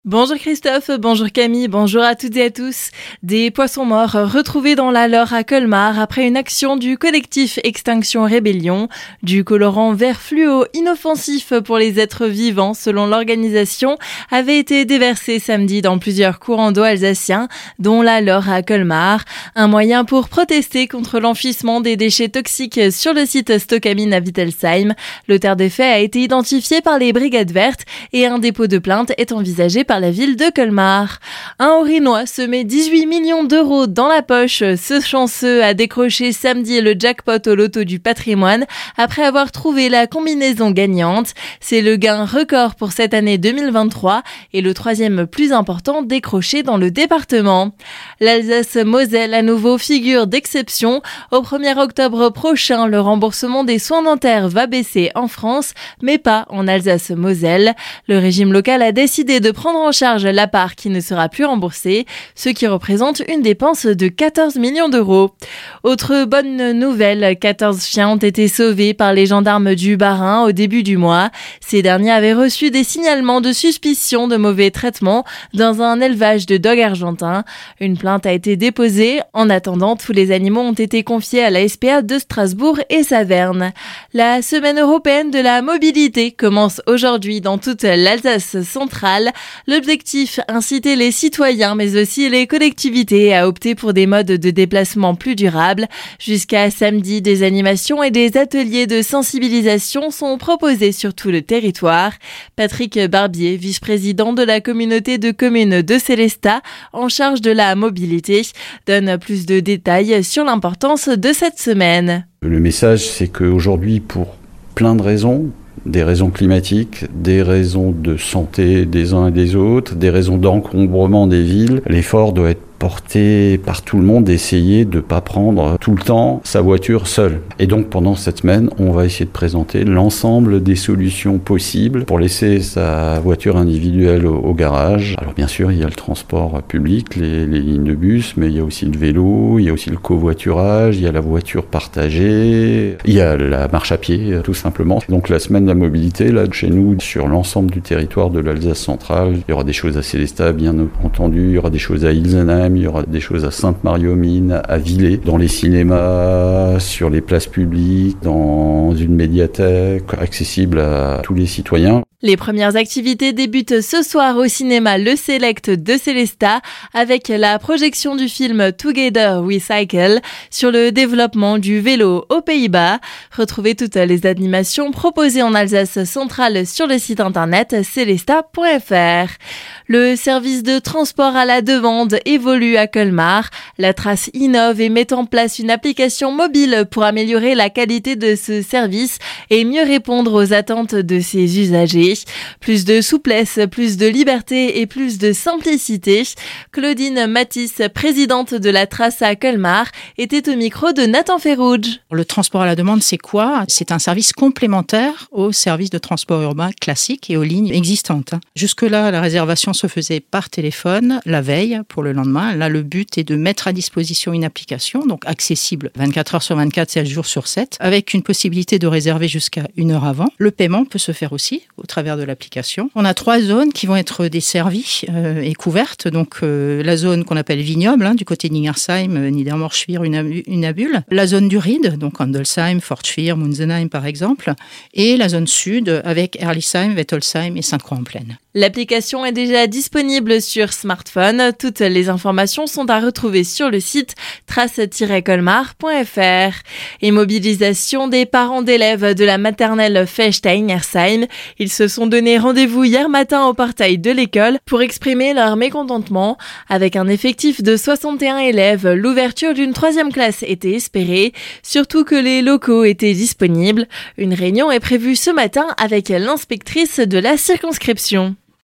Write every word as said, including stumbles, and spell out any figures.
Bonjour Christophe, bonjour Camille, bonjour à toutes et à tous. Des poissons morts retrouvés dans la Loire à Colmar après une action du collectif Extinction Rébellion. Du colorant vert fluo inoffensif pour les êtres vivants selon l'organisation avait été déversé samedi dans plusieurs courants d'eau alsaciens, dont la Loire à Colmar. Un moyen pour protester contre l'enfouissement des déchets toxiques sur le site Stockamine à Wittelsheim. L'auteur des faits a été identifié par les brigades vertes et un dépôt de plainte est envisagé par la ville de Colmar. Un Orinois se met dix-huit millions d'euros dans la poche. Ce chanceux a décroché samedi le jackpot au loto du patrimoine après avoir trouvé la combinaison gagnante. C'est le gain record pour cette année deux mille vingt-trois et le troisième plus important décroché dans le département. L'Alsace-Moselle à nouveau figure d'exception. Au premier octobre prochain, le remboursement des soins dentaires va baisser en France, mais pas en Alsace-Moselle. Le régime local a décidé de prendre en charge la part qui ne sera plus remboursée, ce qui représente une dépense de quatorze millions d'euros. Autre bonne nouvelle, quatorze chiens ont été sauvés par les gendarmes du Bas-Rhin au début du mois. Ces derniers avaient reçu des signalements de suspicion de mauvais traitements dans un élevage de dogs argentins. Une plainte a été déposée. En attendant, tous les animaux ont été confiés à la S P A de Strasbourg et Saverne. La semaine européenne de la mobilité commence aujourd'hui dans toute l'Alsace centrale. L'objectif, inciter les citoyens mais aussi les collectivités à opter pour des modes de déplacement plus durables. Jusqu'à samedi, des animations et des ateliers de sensibilisation sont proposés sur tout le territoire. Patrick Barbier, vice-président de la communauté de communes de Sélestat, en charge de la mobilité, donne plus de détails sur l'importance de cette semaine. Le message, c'est qu'aujourd'hui, pour plein de raisons, des raisons climatiques, des raisons de santé des uns et des autres, des raisons d'encombrement des villes, l'effort doit être porté par tout le monde d'essayer de ne pas prendre tout le temps sa voiture seule. Et donc pendant cette semaine, on va essayer de présenter l'ensemble des solutions possibles pour laisser sa voiture individuelle au, au garage. Alors bien sûr, il y a le transport public, les, les lignes de bus, mais il y a aussi le vélo, il y a aussi le covoiturage, il y a la voiture partagée, il y a la marche à pied tout simplement. Donc la semaine de la mobilité, là, chez nous, sur l'ensemble du territoire de l'Alsace centrale, il y aura des choses à Sélestat, bien entendu, il y aura des choses à Ilsenheim, il y aura des choses à Sainte-Marie-aux-Mines, à Villers, dans les cinémas, sur les places publiques, dans une médiathèque, accessible à tous les citoyens. Les premières activités débutent ce soir au cinéma Le Select de Sélestat avec la projection du film Together We Cycle sur le développement du vélo aux Pays-Bas. Retrouvez toutes les animations proposées en Alsace centrale sur le site internet sélestat point f r. Le service de transport à la demande évolue à Colmar. La Trace innove et met en place une application mobile pour améliorer la qualité de ce service et mieux répondre aux attentes de ses usagers. Plus de souplesse, plus de liberté et plus de simplicité. Claudine Matisse, présidente de la Trace à Colmar, était au micro de Nathan Ferrouge. Le transport à la demande, c'est quoi ? C'est un service complémentaire au service de transport urbain classique et aux lignes existantes. Jusque-là, la réservation se faisait par téléphone, la veille, pour le lendemain. Là, le but est de mettre à disposition une application, donc accessible vingt-quatre heures sur vingt-quatre, sept jours sur sept, avec une possibilité de réserver jusqu'à une heure avant. Le paiement peut se faire aussi au travers de l'application. On a trois zones qui vont être desservies euh, et couvertes. Donc euh, la zone qu'on appelle vignoble, hein, du côté de Ningersheim, euh, Niedermorschwihr, Unabühl. La zone du Ried, donc Andelsheim, Fortschwihr, Munzenheim par exemple. Et la zone sud avec Herlisheim, Wettolsheim et Sainte-Croix-en-Plaine. L'application est déjà disponible sur smartphone. Toutes les informations sont à retrouver sur le site trace tiret colmar point f r. Et mobilisation des parents d'élèves de la maternelle Fechstein-Ersheim. Ils se sont donné rendez-vous hier matin au portail de l'école pour exprimer leur mécontentement. Avec un effectif de soixante et un élèves, l'ouverture d'une troisième classe était espérée, surtout que les locaux étaient disponibles. Une réunion est prévue ce matin avec l'inspectrice de la circonscription.